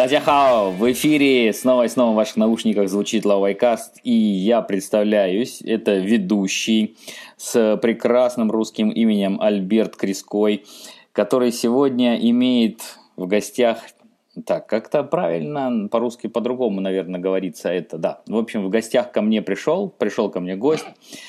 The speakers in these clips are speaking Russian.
Тадяхао, в эфире снова и снова в ваших наушниках звучит Лавайкаст, и я представляюсь, это ведущий с прекрасным русским именем Альберт Криской, который сегодня имеет в гостях, так, как-то правильно, по-русски по-другому, наверное, говорится это, да. В общем, в гостях ко мне пришел ко мне гость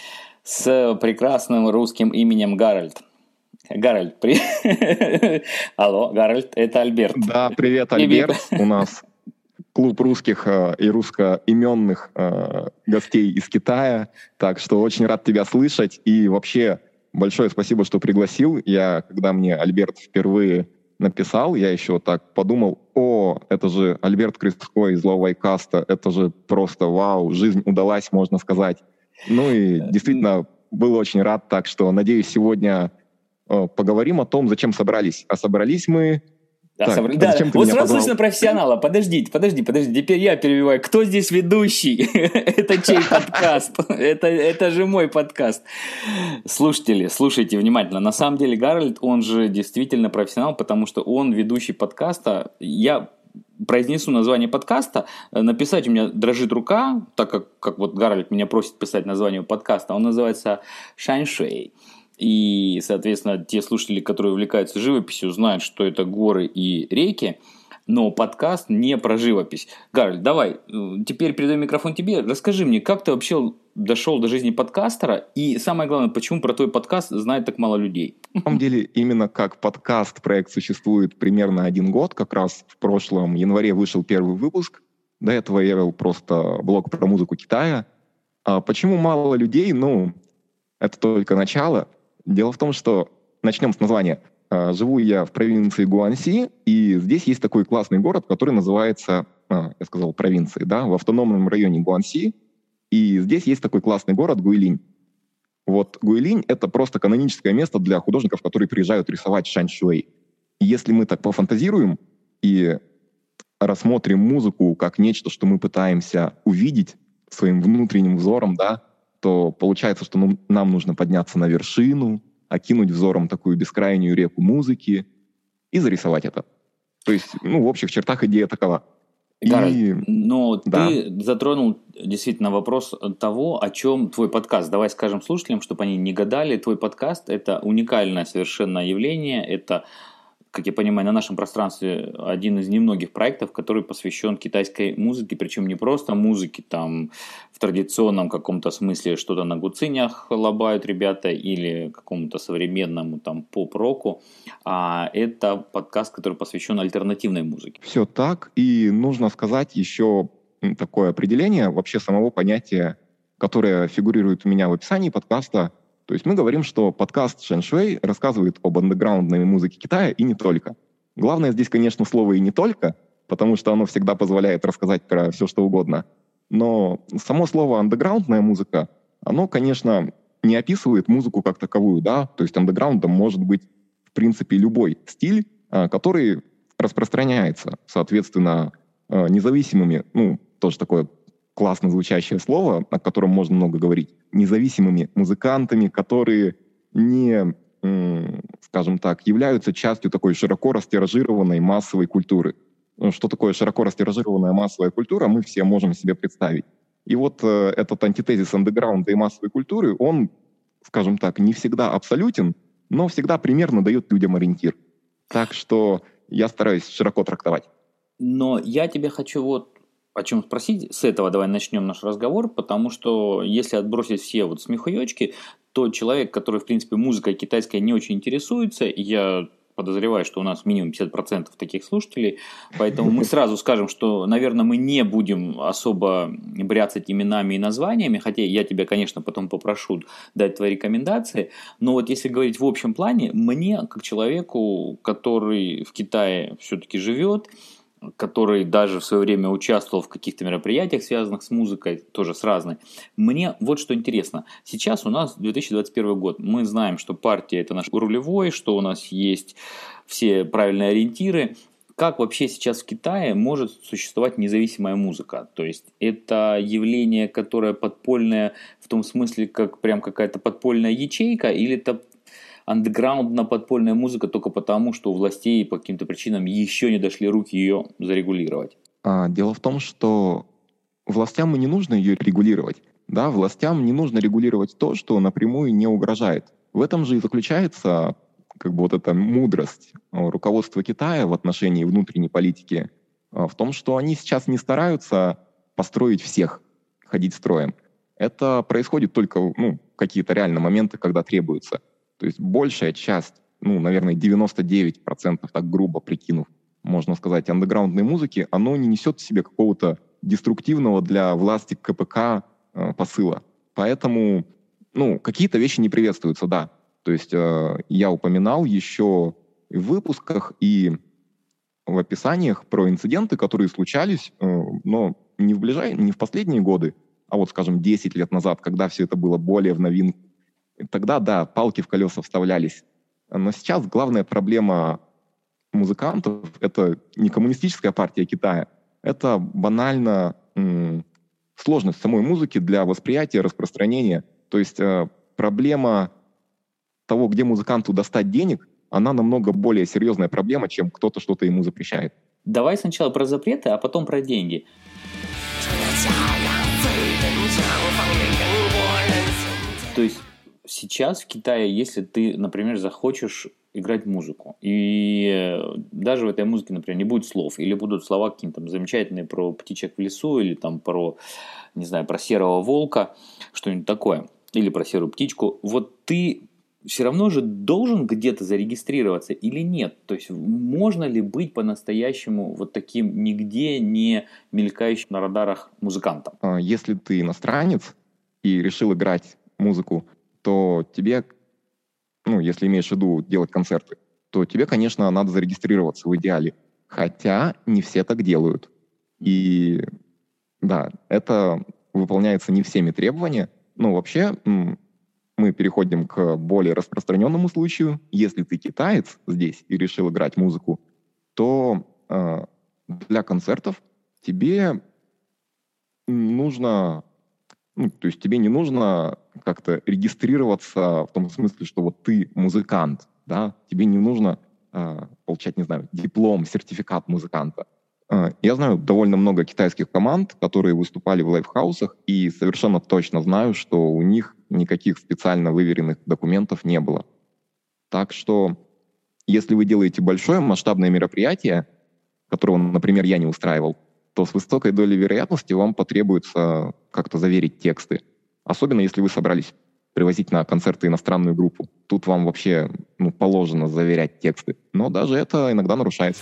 с прекрасным русским именем Гарольд. Гарольд, привет. Алло, Гарольд, это Альберт. Да, привет, Альберт. У нас клуб русских и русскоименных гостей из Китая. Так что очень рад тебя слышать. И вообще большое спасибо, что пригласил. Когда мне Альберт впервые написал, я еще так подумал: это же Альберт Криской из Лавайкаста. Это же просто вау, жизнь удалась, можно сказать. Ну и действительно был очень рад. Так что, надеюсь, сегодня поговорим о том, зачем собрались. А собрались мы... Зачем ты вот сразу слышно профессионала. Подождите, теперь я перебиваю. Кто здесь ведущий? Это чей подкаст? Это же мой подкаст. Слушатели, слушайте внимательно. На самом деле Гарольд, он же действительно профессионал, потому что он ведущий подкаста. Я произнесу название подкаста, написать у меня дрожит рука, так как вот Гарольд меня просит писать название подкаста. Он называется «Шаньшуэй». И, соответственно, те слушатели, которые увлекаются живописью, знают, что это горы и реки, но подкаст не про живопись. Гарольд, давай, теперь передаю микрофон тебе. Расскажи мне, как ты вообще дошел до жизни подкастера? И самое главное, почему про твой подкаст знает так мало людей? На самом деле, именно как подкаст проект существует примерно 1 год. Как раз в прошлом январе вышел первый выпуск. До этого я вел просто блог про музыку Китая. А почему мало людей? Это только начало. Дело в том, что начнем с названия. Живу я в провинции Гуанси, и здесь есть такой классный город, который называется, я сказал провинции, да, в автономном районе Гуанси, и здесь есть такой классный город Гуйлинь. Вот Гуйлинь — это просто каноническое место для художников, которые приезжают рисовать шаньшуэй. И если мы так пофантазируем и рассмотрим музыку как нечто, что мы пытаемся увидеть своим внутренним взором, да, то получается, что нам нужно подняться на вершину, окинуть взором такую бескрайнюю реку музыки и зарисовать это. То есть, в общих чертах идея такова. Гарольд, ты затронул действительно вопрос того, о чем твой подкаст. Давай скажем слушателям, чтобы они не гадали. Твой подкаст – это уникальное совершенно явление. Это, как я понимаю, на нашем пространстве один из немногих проектов, который посвящен китайской музыке, причем не просто музыке, там в традиционном каком-то смысле что-то на гуцинях лобают ребята или какому-то современному там поп-року, а это подкаст, который посвящен альтернативной музыке. Все так, и нужно сказать еще такое определение вообще самого понятия, которое фигурирует у меня в описании подкаста. То есть мы говорим, что подкаст «Шаньшуэй» рассказывает об андеграундной музыке Китая и не только. Главное здесь, конечно, слово «и не только», потому что оно всегда позволяет рассказать про все, что угодно. Но само слово «андеграундная музыка», оно, конечно, не описывает музыку как таковую, да, то есть андеграундом может быть, в принципе, любой стиль, который распространяется, соответственно, независимыми, тоже такое классно звучащее слово, о котором можно много говорить, независимыми музыкантами, которые не, скажем так, являются частью такой широко растиражированной массовой культуры. Что такое широко растиражированная массовая культура, мы все можем себе представить. И вот этот антитезис андеграунда и массовой культуры, он, скажем так, не всегда абсолютен, но всегда примерно дает людям ориентир. Так что я стараюсь широко трактовать. Но я тебе хочу вот о чем спросить. С этого давай начнем наш разговор, потому что если отбросить все вот смехуёчки, то человек, который, в принципе, музыкой китайской не очень интересуется, я подозреваю, что у нас минимум 50% таких слушателей, поэтому мы сразу скажем, что, наверное, мы не будем особо бряцать именами и названиями, хотя я тебя, конечно, потом попрошу дать твои рекомендации, но вот если говорить в общем плане, мне, как человеку, который в Китае все-таки живет, который даже в свое время участвовал в каких-то мероприятиях, связанных с музыкой, тоже с разной. Мне вот что интересно. Сейчас у нас 2021 год. Мы знаем, что партия – это наш рулевой, что у нас есть все правильные ориентиры. Как вообще сейчас в Китае может существовать независимая музыка? То есть это явление, которое подпольное в том смысле, как прям какая-то подпольная ячейка, или это андеграундно-подпольная музыка только потому, что у властей по каким-то причинам еще не дошли руки ее зарегулировать? Дело в том, что властям и не нужно ее регулировать. Да, властям не нужно регулировать то, что напрямую не угрожает. В этом же и заключается как бы вот эта мудрость руководства Китая в отношении внутренней политики, в том, что они сейчас не стараются построить всех, ходить строем. Это происходит только какие-то реально моменты, когда требуется. То есть большая часть, наверное, 99%, так грубо прикинув, можно сказать, андеграундной музыки, оно не несет в себе какого-то деструктивного для власти КПК посыла. Поэтому, какие-то вещи не приветствуются, да. То есть я упоминал еще и в выпусках, и в описаниях про инциденты, которые случались, но не в последние годы, а вот, скажем, 10 лет назад, когда все это было более в новинку. Тогда, да, палки в колеса вставлялись. Но сейчас главная проблема музыкантов — это не коммунистическая партия Китая, это банально сложность самой музыки для восприятия, распространения. То есть проблема того, где музыканту достать денег, она намного более серьезная проблема, чем кто-то что-то ему запрещает. Давай сначала про запреты, а потом про деньги. То есть сейчас в Китае, если ты, например, захочешь играть музыку, и даже в этой музыке, например, не будет слов, или будут слова какие-то там замечательные про птичек в лесу, или там про, не знаю, про серого волка, что-нибудь такое, или про серую птичку, вот ты все равно же должен где-то зарегистрироваться или нет? То есть можно ли быть по-настоящему вот таким нигде не мелькающим на радарах музыкантом? Если ты иностранец и решил играть музыку, то тебе, если имеешь в виду делать концерты, то тебе, конечно, надо зарегистрироваться в идеале. Хотя не все так делают. И да, это выполняется не всеми требованиями. Вообще, мы переходим к более распространенному случаю. Если ты китаец здесь и решил играть музыку, то для концертов тебе нужно... то есть тебе не нужно как-то регистрироваться в том смысле, что вот ты музыкант, да? Тебе не нужно получать, не знаю, диплом, сертификат музыканта. Я знаю довольно много китайских команд, которые выступали в лайвхаусах, и совершенно точно знаю, что у них никаких специально выверенных документов не было. Так что, если вы делаете большое масштабное мероприятие, которого, например, я не устраивал, то с высокой долей вероятности вам потребуется как-то заверить тексты. Особенно, если вы собрались привозить на концерты иностранную группу. Тут вам вообще положено заверять тексты. Но даже это иногда нарушается.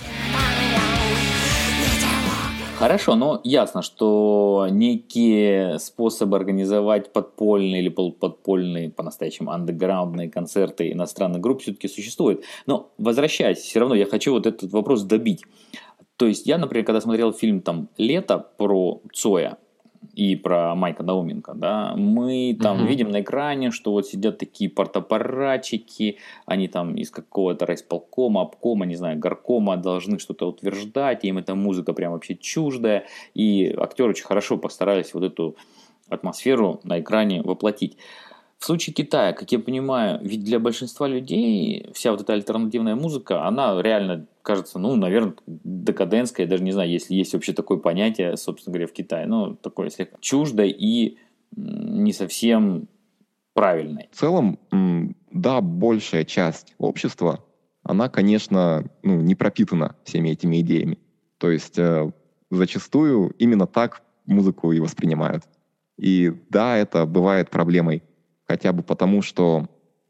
Хорошо, но ясно, что некие способы организовать подпольные или полуподпольные, по-настоящему андеграундные концерты иностранных групп все-таки существуют. Но возвращаясь, все равно я хочу вот этот вопрос добить. То есть я, например, когда смотрел фильм там «Лето» про Цоя и про Майка Науменко, да, мы там видим на экране, что вот сидят такие партаппаратчики, они там из какого-то райисполкома, обкома, не знаю, горкома должны что-то утверждать, им эта музыка прям вообще чуждая, и актеры очень хорошо постарались вот эту атмосферу на экране воплотить. В случае Китая, как я понимаю, ведь для большинства людей вся вот эта альтернативная музыка, она реально кажется, наверное, декадентская, я даже не знаю, если есть вообще такое понятие, собственно говоря, в Китае, такое слегка чуждое и не совсем правильное. В целом, да, большая часть общества, она, конечно, не пропитана всеми этими идеями. То есть зачастую именно так музыку и воспринимают. И да, это бывает проблемой. Хотя бы потому, что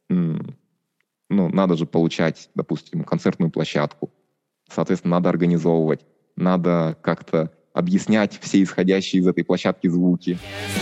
надо же получать, допустим, концертную площадку. Соответственно, надо организовывать, надо как-то объяснять все исходящие из этой площадки звуки.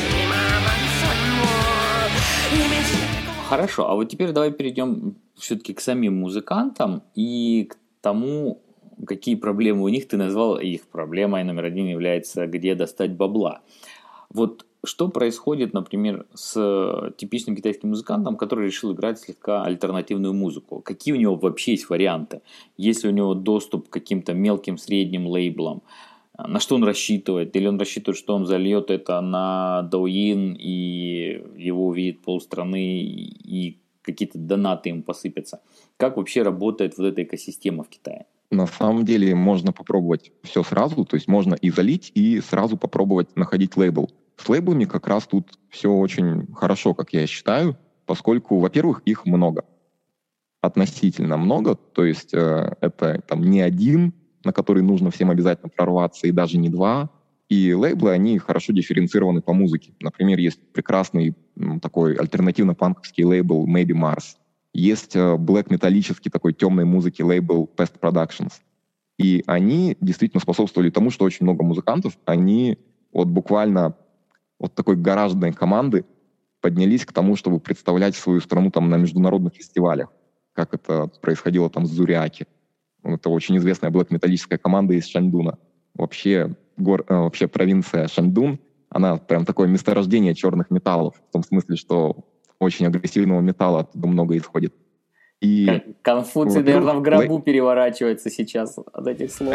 Хорошо, а вот теперь давай перейдем все-таки к самим музыкантам и к тому, какие проблемы у них. Ты назвал их проблемой номер один является, где достать бабла. Вот что происходит, например, с типичным китайским музыкантом, который решил играть слегка альтернативную музыку? Какие у него вообще есть варианты? Есть ли у него доступ к каким-то мелким, средним лейблам? На что он рассчитывает? Или он рассчитывает, что он зальет это на Douyin, и его увидит полстраны, и какие-то донаты им посыпятся. Как вообще работает вот эта экосистема в Китае? На самом деле можно попробовать все сразу, то есть можно и залить, и сразу попробовать находить лейбл. С лейблами как раз тут все очень хорошо, как я считаю, поскольку, во-первых, их много, относительно много, то есть это там не один, на который нужно всем обязательно прорваться, и даже не два. И лейблы, они хорошо дифференцированы по музыке. Например, есть прекрасный такой альтернативно-панковский лейбл Maybe Mars. Есть блэк-металлический такой темной музыки лейбл Pest Productions. И они действительно способствовали тому, что очень много музыкантов, они вот буквально вот такой гаражной команды поднялись к тому, чтобы представлять свою страну там на международных фестивалях, как это происходило там с Зуриаки. Это очень известная блэк-металлическая команда из Шаньдуна. Вообще провинция Шаньдун, она прям такое месторождение черных металлов, в том смысле, что очень агрессивного металла оттуда много исходит. И, Конфуций, наверное, в гробу переворачивается сейчас от этих слов.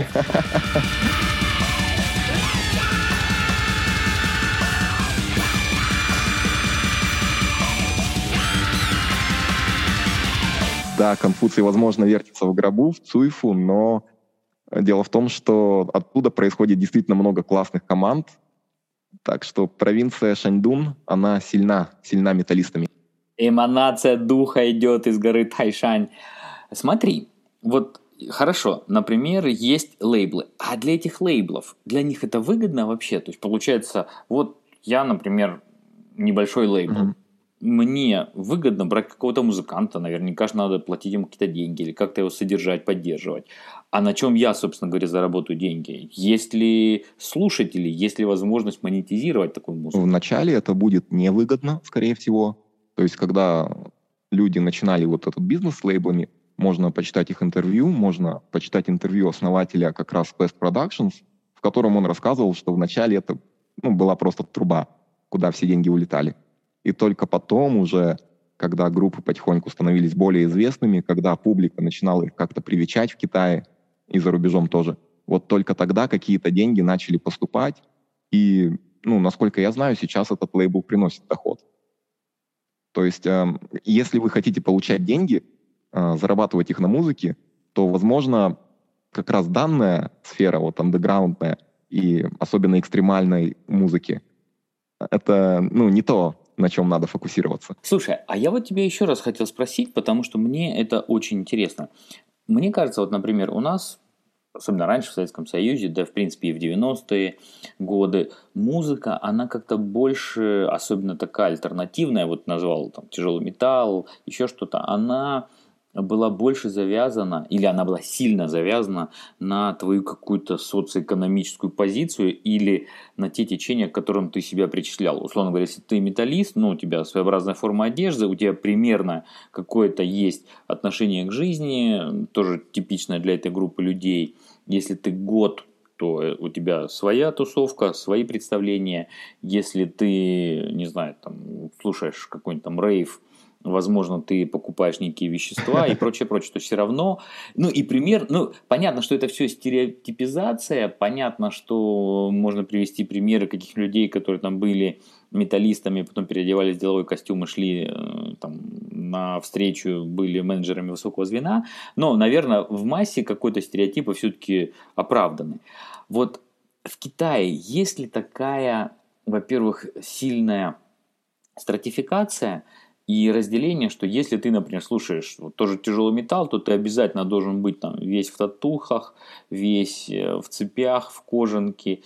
Да, Конфуций, возможно, вертится в гробу, в Цуйфу, но дело в том, что оттуда происходит действительно много классных команд, так что провинция Шаньдун, она сильна металлистами. Эманация духа идет из горы Тайшань. Смотри, вот хорошо, например, есть лейблы. А для этих лейблов, для них это выгодно вообще? То есть получается, вот я, например, небольшой лейбл. Мне выгодно брать какого-то музыканта, наверняка же надо платить ему какие-то деньги или как-то его содержать, поддерживать. А на чем я, собственно говоря, заработаю деньги? Есть ли слушатели, есть ли возможность монетизировать такую музыку? Вначале это будет невыгодно, скорее всего. То есть, когда люди начинали вот этот бизнес с лейблами, можно почитать их интервью, можно почитать интервью основателя как раз Pest Productions, в котором он рассказывал, что вначале это была просто труба, куда все деньги улетали. И только потом уже, когда группы потихоньку становились более известными, когда публика начинала их как-то привечать в Китае и за рубежом тоже, вот только тогда какие-то деньги начали поступать. И, насколько я знаю, сейчас этот лейбл приносит доход. То есть, если вы хотите получать деньги, зарабатывать их на музыке, то, возможно, как раз данная сфера, вот андеграундная и особенно экстремальной музыки, это, не то, на чем надо фокусироваться. Слушай, а я вот тебя еще раз хотел спросить, потому что мне это очень интересно. Мне кажется, вот, например, у нас, особенно раньше в Советском Союзе, да, в принципе, и в 90-е годы, музыка, она как-то больше, особенно такая альтернативная, вот назвал там тяжелый металл, еще что-то, она была больше завязана, или она была сильно завязана на твою какую-то социоэкономическую позицию или на те течения, к которым ты себя причислял. Условно говоря, если ты металлист, у тебя своеобразная форма одежды, у тебя примерно какое-то есть отношение к жизни, тоже типичное для этой группы людей. Если ты год, то у тебя своя тусовка, свои представления. Если ты, не знаю, там, слушаешь какой-нибудь там рейв, возможно, ты покупаешь некие вещества и прочее, то все равно, понятно, что это все стереотипизация, понятно, что можно привести примеры каких людей, которые там были металлистами, потом переодевались в деловой костюм и шли там на встречу, были менеджерами высокого звена, но, наверное, в массе какой-то стереотипы все-таки оправданы. Вот в Китае есть ли такая, во-первых, сильная стратификация и разделение, что если ты, например, слушаешь тоже тяжелый металл, то ты обязательно должен быть там весь в татухах, весь в цепях, в кожанке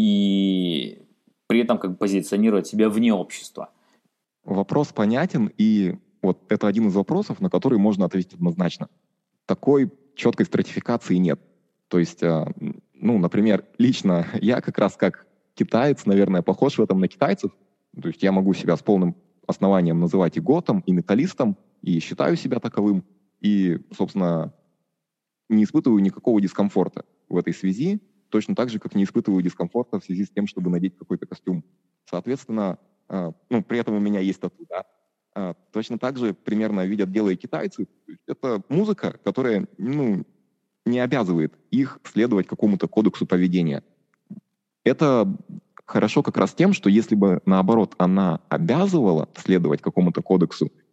и при этом как бы позиционировать себя вне общества. Вопрос понятен, и вот это один из вопросов, на который можно ответить однозначно. Такой четкой стратификации нет. То есть, например, лично я как раз как китаец, наверное, похож в этом на китайцев. То есть я могу себя с полным основанием называть и готом, и металлистом, и считаю себя таковым, и, собственно, не испытываю никакого дискомфорта в этой связи, точно так же, как не испытываю дискомфорта в связи с тем, чтобы надеть какой-то костюм. Соответственно, при этом у меня есть тату, да. Точно так же примерно видят дело и китайцы. Это музыка, которая, не обязывает их следовать какому-то кодексу поведения. Это хорошо как раз тем, что если бы, наоборот, она обязывала следовать какому-то кодексу,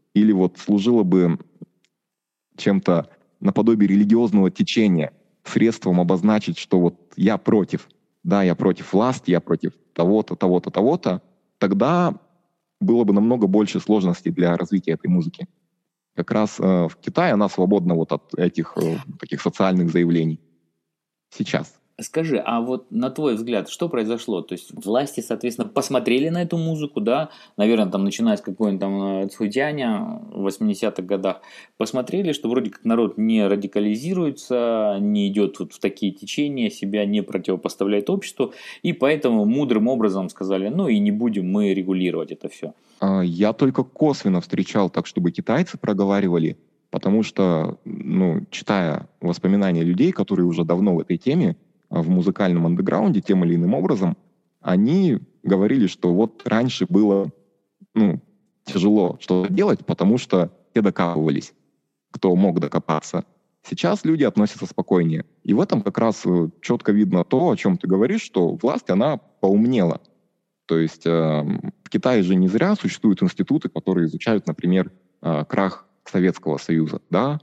или вот служило бы чем-то наподобие религиозного течения, средством обозначить, что вот я против, да, я против власти, я против того-то, того-то, того-то, тогда было бы намного больше сложностей для развития этой музыки. Как раз в Китае она свободна вот от этих таких социальных заявлений сейчас. Скажи, а вот на твой взгляд, что произошло? То есть власти, соответственно, посмотрели на эту музыку, да, наверное, там, начиная с какой-нибудь там Цхуйтяня в 80-х годах, посмотрели, что вроде как народ не радикализируется, не идет вот в такие течения, себя не противопоставляет обществу, и поэтому мудрым образом сказали, ну и не будем мы регулировать это все. Я только косвенно встречал так, чтобы китайцы проговаривали, потому что, ну, читая воспоминания людей, которые уже давно в этой теме, в музыкальном андеграунде тем или иным образом, они говорили, что вот раньше было, ну, тяжело что-то делать, потому что все докапывались, кто мог докопаться. Сейчас люди относятся спокойнее. И в этом как раз четко видно то, о чем ты говоришь, что власть, она поумнела. То есть в Китае же не зря существуют институты, которые изучают, например, крах Советского Союза. Да?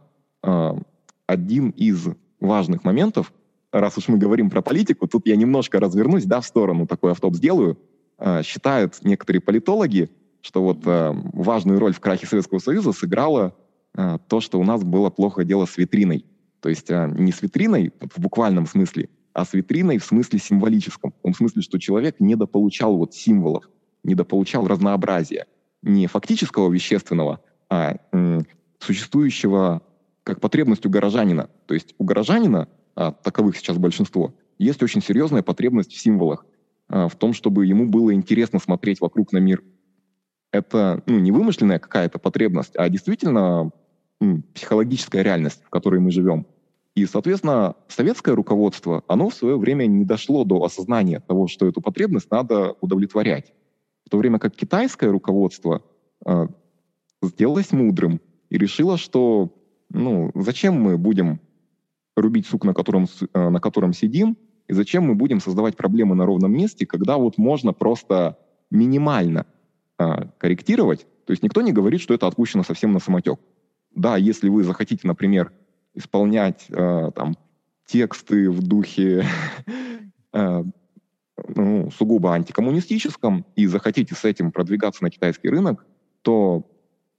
Один из важных моментов, раз уж мы говорим про политику, тут я немножко развернусь, да, в сторону, такой автоп сделаю. Считают некоторые политологи, что вот важную роль в крахе Советского Союза сыграло то, что у нас было плохо дело с витриной. То есть не с витриной в буквальном смысле, а с витриной в смысле символическом. В том смысле, что человек недополучал вот символов, недополучал разнообразия. Не фактического вещественного, а существующего как потребность у горожанина. То есть у горожанина, таковых сейчас большинство, есть очень серьезная потребность в символах, в том, чтобы ему было интересно смотреть вокруг на мир. Это не вымышленная какая-то потребность, а действительно психологическая реальность, в которой мы живем. И, соответственно, советское руководство, оно в свое время не дошло до осознания того, что эту потребность надо удовлетворять. В то время как китайское руководство сделалось мудрым и решило, что зачем мы будем рубить сук, на котором сидим, и зачем мы будем создавать проблемы на ровном месте, когда вот можно просто минимально корректировать. То есть никто не говорит, что это отпущено совсем на самотек. Да, если вы захотите, например, исполнять тексты в духе сугубо антикоммунистическом и захотите с этим продвигаться на китайский рынок, то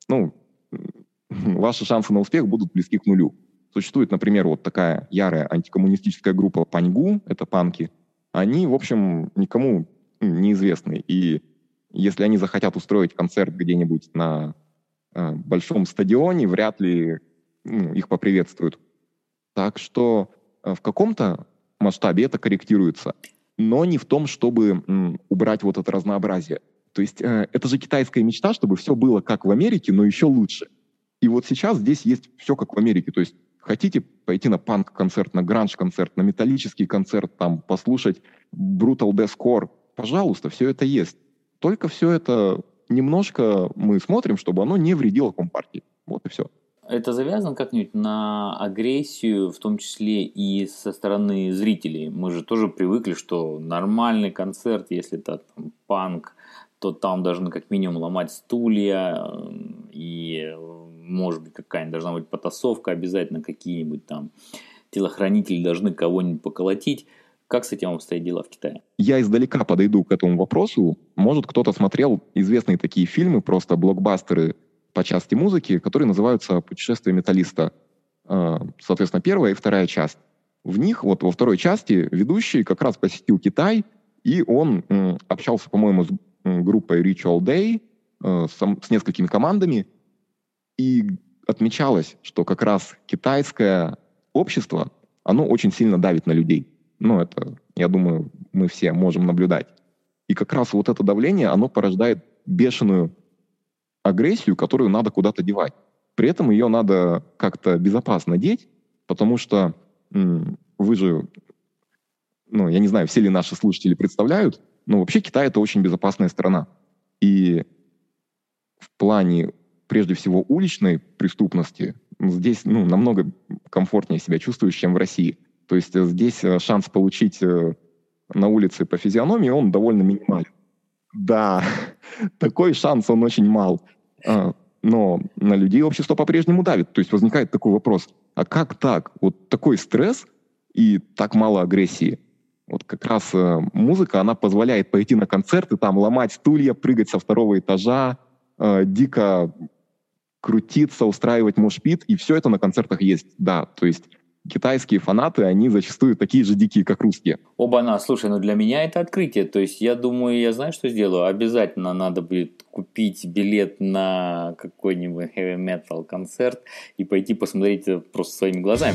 ваши шансы на успех будут близки к нулю. Существует, например, вот такая ярая антикоммунистическая группа Паньгу, это панки. Они, в общем, никому неизвестны. И если они захотят устроить концерт где-нибудь на большом стадионе, вряд ли их поприветствуют. Так что в каком-то масштабе это корректируется, но не в том, чтобы убрать вот это разнообразие. То есть это же китайская мечта, чтобы все было как в Америке, но еще лучше. И вот сейчас здесь есть все как в Америке. То есть хотите пойти на панк-концерт, на гранж-концерт, на металлический концерт, там послушать Brutal Deathcore, пожалуйста, все это есть. Только все это немножко мы смотрим, чтобы оно не вредило Компартии. Вот и все. Это завязано как-нибудь на агрессию, в том числе и со стороны зрителей? Мы же тоже привыкли, что нормальный концерт, если это там панк, то там должны как минимум ломать стулья, и, может быть, какая-нибудь должна быть потасовка, обязательно какие-нибудь там телохранители должны кого-нибудь поколотить. Как с этим обстоят дела в Китае? Я издалека подойду к этому вопросу. Может, кто-то смотрел известные такие фильмы, просто блокбастеры по части музыки, которые называются «Путешествие металлиста». Соответственно, первая и вторая часть. В них, вот во второй части, ведущий как раз посетил Китай, и он общался, по-моему, с группой Ritual Day, с несколькими командами, и отмечалось, что как раз китайское общество, оно очень сильно давит на людей. Это, я думаю, мы все можем наблюдать. И как раз вот это давление, оно порождает бешеную агрессию, которую надо куда-то девать. При этом ее надо как-то безопасно деть, потому что вы же, я не знаю, все ли наши слушатели представляют, но вообще Китай — это очень безопасная страна. И в плане, прежде всего, уличной преступности здесь намного комфортнее себя чувствуешь, чем в России. То есть здесь шанс получить на улице по физиономии, он довольно минимален. Да, такой шанс, он очень мал. но на людей общество по-прежнему давит. То есть возникает такой вопрос, а как так? Вот такой стресс и так мало агрессии. Вот как раз музыка, она позволяет пойти на концерт и там ломать стулья, прыгать со второго этажа, дико крутиться, устраивать мошпит, и все это на концертах есть, да. То есть китайские фанаты, они зачастую такие же дикие, как русские. Оба-на, слушай, ну для меня это открытие. То есть я думаю, я знаю, что сделаю. Обязательно надо будет купить билет на какой-нибудь heavy metal концерт и пойти посмотреть это просто своими глазами.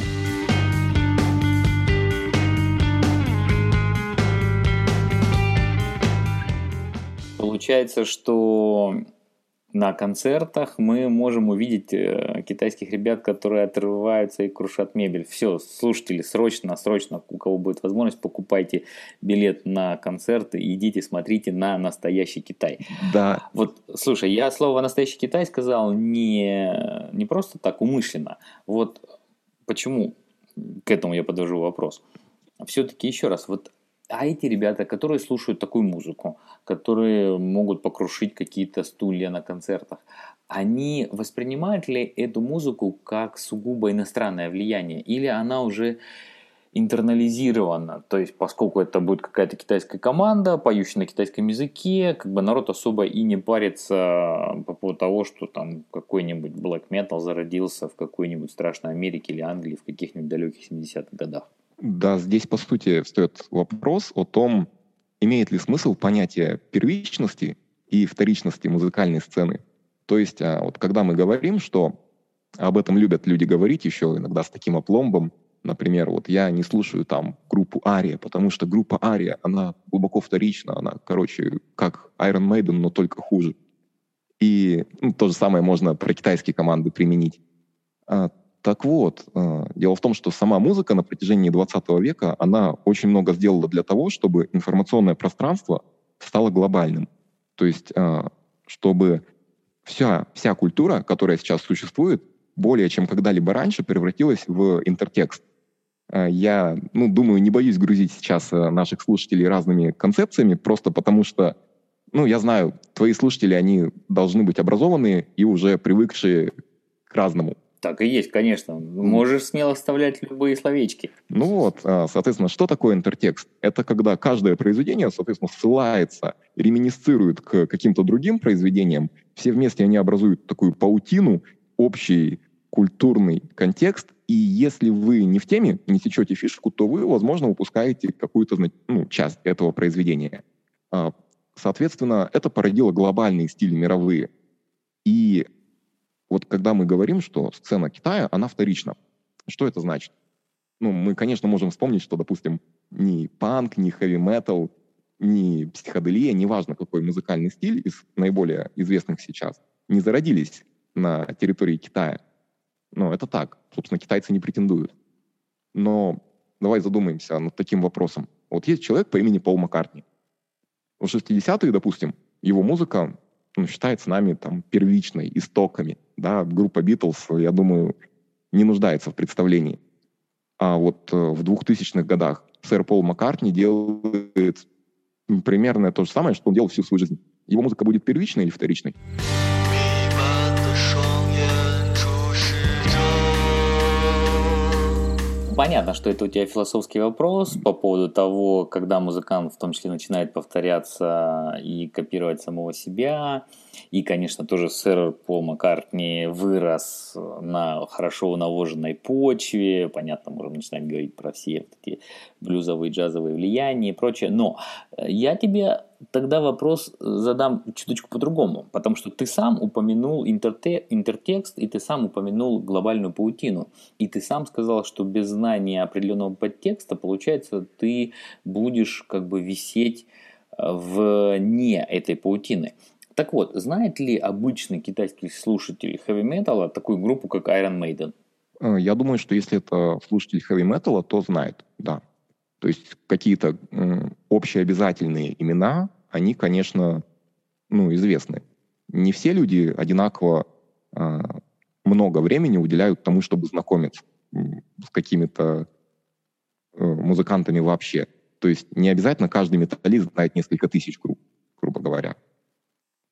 Получается, что на концертах мы можем увидеть китайских ребят, которые отрываются и крушат мебель. Все, слушатели, срочно, у кого будет возможность, покупайте билет на концерт и идите смотрите на настоящий Китай. Да. Вот, слушай, я слово «настоящий Китай» сказал не просто так умышленно. Вот почему к этому я подвожу вопрос. Все-таки еще раз, вот а эти ребята, которые слушают такую музыку, которые могут покрушить какие-то стулья на концертах, они воспринимают ли эту музыку как сугубо иностранное влияние? Или она уже интернализирована? То есть, поскольку это будет какая-то китайская команда, поющая на китайском языке, как бы народ особо и не парится по поводу того, что там какой-нибудь black metal зародился в какой-нибудь страшной Америке или Англии в каких-нибудь далеких 70-х годах. Да, здесь, по сути, встает вопрос о том, имеет ли смысл понятие первичности и вторичности музыкальной сцены. То есть, вот когда мы говорим, что об этом любят люди говорить еще иногда с таким опломбом, например, вот я не слушаю там группу Ария, потому что группа Ария, она глубоко вторична, она, короче, как Iron Maiden, но только хуже. И то же самое можно про китайские команды применить. Так вот, дело в том, что сама музыка на протяжении 20 века, она очень много сделала для того, чтобы информационное пространство стало глобальным. То есть, чтобы вся культура, которая сейчас существует, более чем когда-либо раньше превратилась в интертекст. Я, думаю, не боюсь грузить сейчас наших слушателей разными концепциями, просто потому что, я знаю, твои слушатели, они должны быть образованные и уже привыкшие к разному. Так и есть, конечно. Можешь смело вставлять любые словечки. Соответственно, что такое интертекст? Это когда каждое произведение, соответственно, ссылается, реминисцирует к каким-то другим произведениям. Все вместе они образуют такую паутину, общий культурный контекст. И если вы не в теме, не сечете фишку, то вы, возможно, упускаете какую-то часть этого произведения. Соответственно, это породило глобальные стили мировые. И вот когда мы говорим, что сцена Китая, она вторична, что это значит? Мы, конечно, можем вспомнить, что, допустим, ни панк, ни хэви-метал, ни психоделия, неважно какой музыкальный стиль из наиболее известных сейчас, не зародились на территории Китая. Это так. Собственно, китайцы не претендуют. Но давай задумаемся над таким вопросом. Вот есть человек по имени Пол Маккартни. В 60-е, допустим, его музыка считается нами там первичной, истоками. Да? Группа Битлз, я думаю, не нуждается в представлении. А вот в 2000-х годах сэр Пол Маккартни делает примерно то же самое, что он делал всю свою жизнь. Его музыка будет первичной или вторичной? Понятно, что это у тебя философский вопрос по поводу того, когда музыкант в том числе начинает повторяться и копировать самого себя. И, конечно, тоже сэр Пол Маккартни вырос на хорошо наложенной почве. Понятно, можем начинать говорить про все эти блюзовые, джазовые влияния и прочее. Но я тебе тогда вопрос задам чуточку по-другому. Потому что ты сам упомянул интертекст, и ты сам упомянул глобальную паутину. И ты сам сказал, что без знания определенного подтекста, получается, ты будешь как бы висеть вне этой паутины. Так вот, знает ли обычный китайский слушатель хэви-металла такую группу, как Iron Maiden? Я думаю, что если это слушатель хэви-металла, то знает, да. То есть какие-то общеобязательные имена, они, конечно, известны. Не все люди одинаково много времени уделяют тому, чтобы знакомиться с какими-то музыкантами вообще. То есть не обязательно каждый металлист знает несколько тысяч групп, грубо говоря.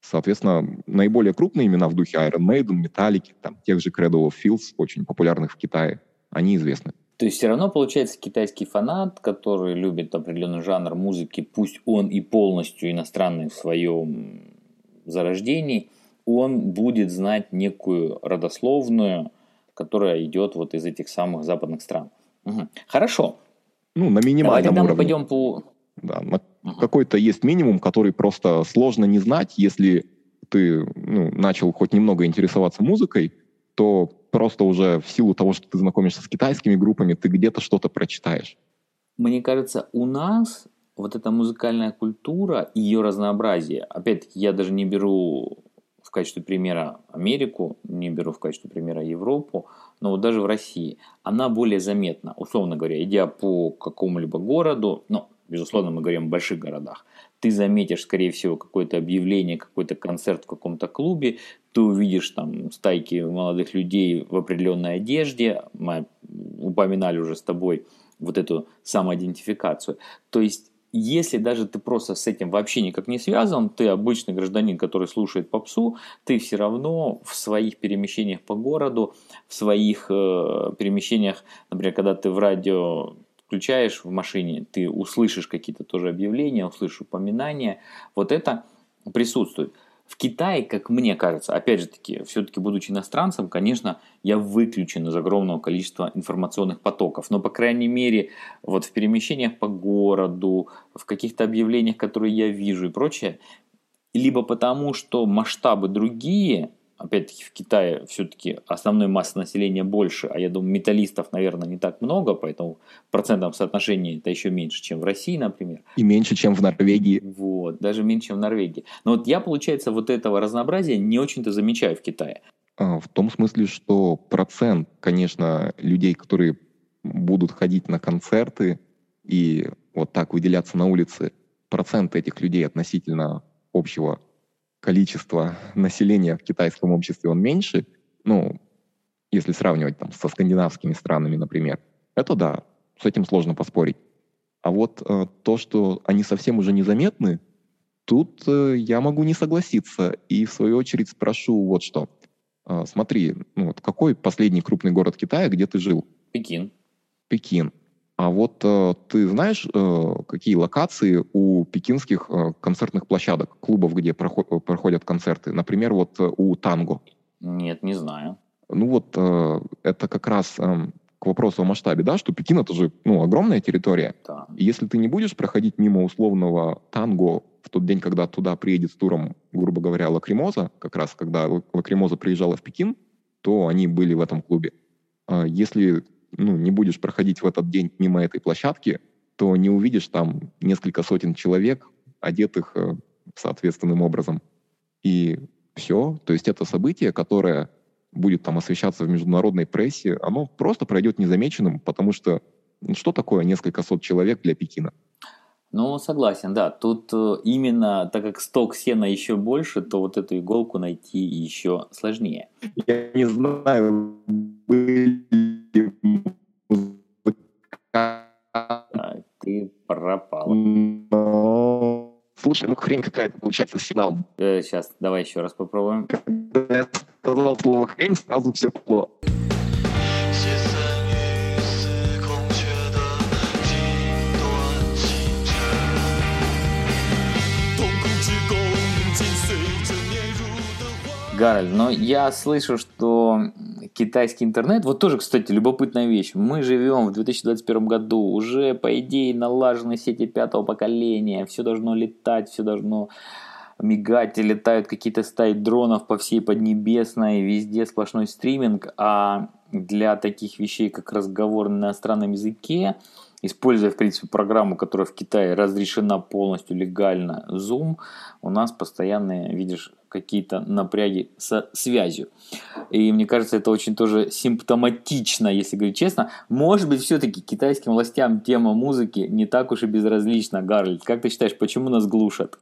Соответственно, наиболее крупные имена в духе Iron Maiden, Metallica, там, тех же Cradle of Filth, очень популярных в Китае, они известны. То есть все равно получается китайский фанат, который любит определенный жанр музыки, пусть он и полностью иностранный в своем зарождении, он будет знать некую родословную, которая идет вот из этих самых западных стран. Угу. Хорошо. Ну, на минимальном Давай тогда уровне. Мы пойдем по... Да, какой-то есть минимум, который просто сложно не знать. Если ты начал хоть немного интересоваться музыкой, то просто уже в силу того, что ты знакомишься с китайскими группами, ты где-то что-то прочитаешь. Мне кажется, у нас вот эта музыкальная культура и ее разнообразие, опять-таки, я даже не беру в качестве примера Америку, не беру в качестве примера Европу, но вот даже в России, она более заметна. Условно говоря, идя по какому-либо городу, безусловно, мы говорим о больших городах, ты заметишь, скорее всего, какое-то объявление, какой-то концерт в каком-то клубе, ты увидишь там стайки молодых людей в определенной одежде, мы упоминали уже с тобой вот эту самоидентификацию. То есть, если даже ты просто с этим вообще никак не связан, ты обычный гражданин, который слушает попсу, ты все равно в своих перемещениях по городу, в своих перемещениях, например, когда ты в радио включаешь в машине, ты услышишь какие-то тоже объявления, услышишь упоминания. Вот это присутствует. В Китае, как мне кажется, опять же таки, все-таки будучи иностранцем, конечно, я выключен из огромного количества информационных потоков. Но, по крайней мере, вот в перемещениях по городу, в каких-то объявлениях, которые я вижу и прочее, либо потому, что масштабы другие, опять-таки в Китае все-таки основной массы населения больше, а я думаю, металлистов, наверное, не так много, поэтому в процентном соотношении это еще меньше, чем в России, например. И меньше, чем в Норвегии. Вот, даже меньше, чем в Норвегии. Но вот я, получается, вот этого разнообразия не очень-то замечаю в Китае. В том смысле, что процент, конечно, людей, которые будут ходить на концерты и вот так выделяться на улице, процент этих людей относительно общего количество населения в китайском обществе, он меньше, если сравнивать там со скандинавскими странами, например, это да, с этим сложно поспорить. А вот то, что они совсем уже незаметны, тут я могу не согласиться. И в свою очередь спрошу вот что. Смотри, какой последний крупный город Китая, где ты жил? Пекин. Пекин. А вот ты знаешь, какие локации у пекинских концертных площадок, клубов, где проходят концерты? Например, вот у Танго. Нет, не знаю. Это как раз к вопросу о масштабе, да, что Пекин — это же огромная территория. Да. И если ты не будешь проходить мимо условного Танго в тот день, когда туда приедет с туром, грубо говоря, Лакримоза, как раз когда Лакримоза приезжала в Пекин, то они были в этом клубе. Если не будешь проходить в этот день мимо этой площадки, то не увидишь там несколько сотен человек, одетых соответственным образом. И все. То есть это событие, которое будет там освещаться в международной прессе, оно просто пройдет незамеченным, потому что что такое несколько сот человек для Пекина? Согласен, да. Тут именно, так как сток сена еще больше, то вот эту иголку найти еще сложнее. Я не знаю, были ты пропал. Слушай, хрень какая-то получается сигнал. Сейчас, давай еще раз попробуем. Когда я сказал слово хрень, сразу все пошло. Гарольд, но я слышу, что китайский интернет, вот тоже, кстати, любопытная вещь. Мы живем в 2021 году, уже, по идее, налажены сети 5-го поколения, все должно летать, все должно мигать, и летают какие-то стаи дронов по всей Поднебесной, везде сплошной стриминг, а для таких вещей, как разговор на иностранном языке, используя, в принципе, программу, которая в Китае разрешена полностью легально, Zoom, у нас постоянно, видишь, какие-то напряги со связью. И мне кажется, это очень тоже симптоматично, если говорить честно. Может быть, все-таки китайским властям тема музыки не так уж и безразлична, Гарольд. Как ты считаешь, почему нас глушат?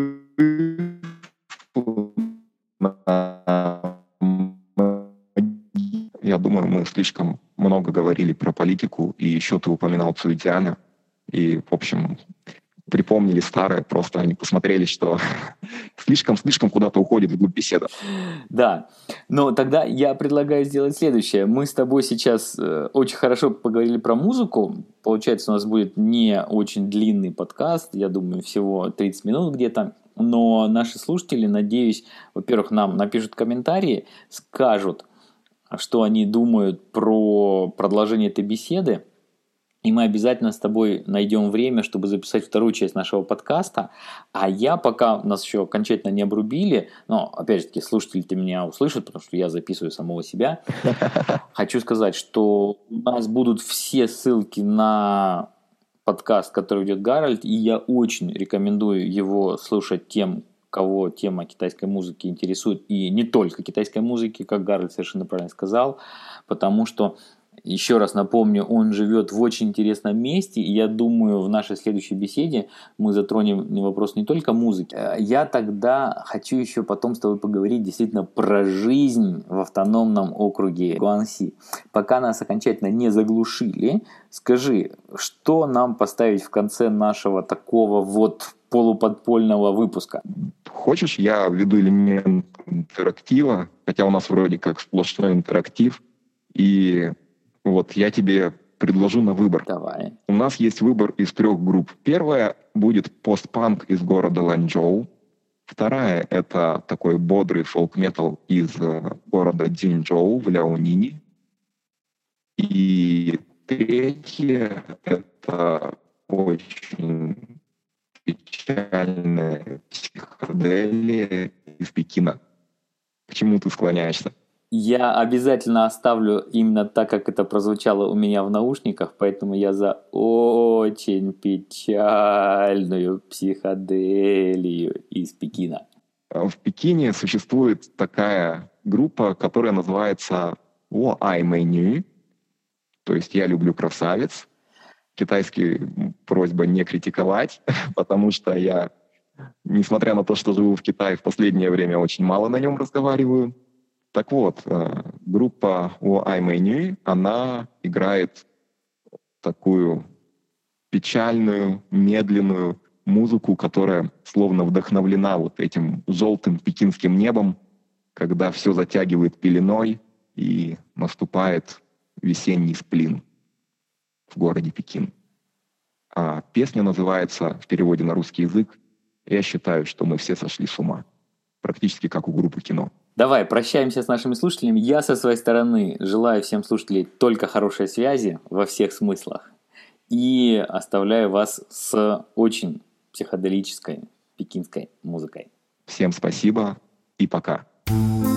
Я думаю, мы слишком много говорили про политику, и еще ты упоминал Цуйцзяня. И, в общем, припомнили старое, просто они посмотрели, что слишком куда-то уходит вглубь беседы. Да, но тогда я предлагаю сделать следующее. Мы с тобой сейчас очень хорошо поговорили про музыку. Получается, у нас будет не очень длинный подкаст, я думаю, всего 30 минут где-то. Но наши слушатели, надеюсь, во-первых, нам напишут комментарии, скажут, что они думают про продолжение этой беседы. И мы обязательно с тобой найдем время, чтобы записать вторую часть нашего подкаста. А я, пока нас еще окончательно не обрубили, но, опять же таки, слушатели меня услышат, потому что я записываю самого себя, хочу сказать, что у нас будут все ссылки на подкаст, который ведет Гарольд, и я очень рекомендую его слушать тем, кого тема китайской музыки интересует, и не только китайской музыки, как Гарольд совершенно правильно сказал, потому что, еще раз напомню, он живет в очень интересном месте, и я думаю, в нашей следующей беседе мы затронем вопрос не только музыки. Я тогда хочу еще потом с тобой поговорить действительно про жизнь в автономном округе Гуанси. Пока нас окончательно не заглушили, скажи, что нам поставить в конце нашего такого вот полуподпольного выпуска? Хочешь, я введу элемент интерактива, хотя у нас вроде как сплошной интерактив, и вот я тебе предложу на выбор. Давай. У нас есть выбор из 3 групп. Первая будет постпанк из города Ланчжоу. Вторая — это такой бодрый фолк-метал из города Цзиньчжоу в Ляонине. И третья — это очень печальная психоделия из Пекина. К чему ты склоняешься? Я обязательно оставлю именно так, как это прозвучало у меня в наушниках, поэтому я за очень печальную психоделию из Пекина. В Пекине существует такая группа, которая называется «Wo Ai Mei, то есть «Я люблю красавец». Китайский просьба не критиковать, потому что я, несмотря на то, что живу в Китае, в последнее время очень мало на нем разговариваю. Так вот, группа Wo Ai Mei, она играет такую печальную, медленную музыку, которая словно вдохновлена вот этим желтым пекинским небом, когда все затягивает пеленой и наступает весенний сплин в городе Пекин. А песня называется в переводе на русский язык «Я считаю, что мы все сошли с ума». Практически как у группы «Кино». Давай, прощаемся с нашими слушателями. Я со своей стороны желаю всем слушателям только хорошей связи во всех смыслах. И оставляю вас с очень психоделической пекинской музыкой. Всем спасибо и пока.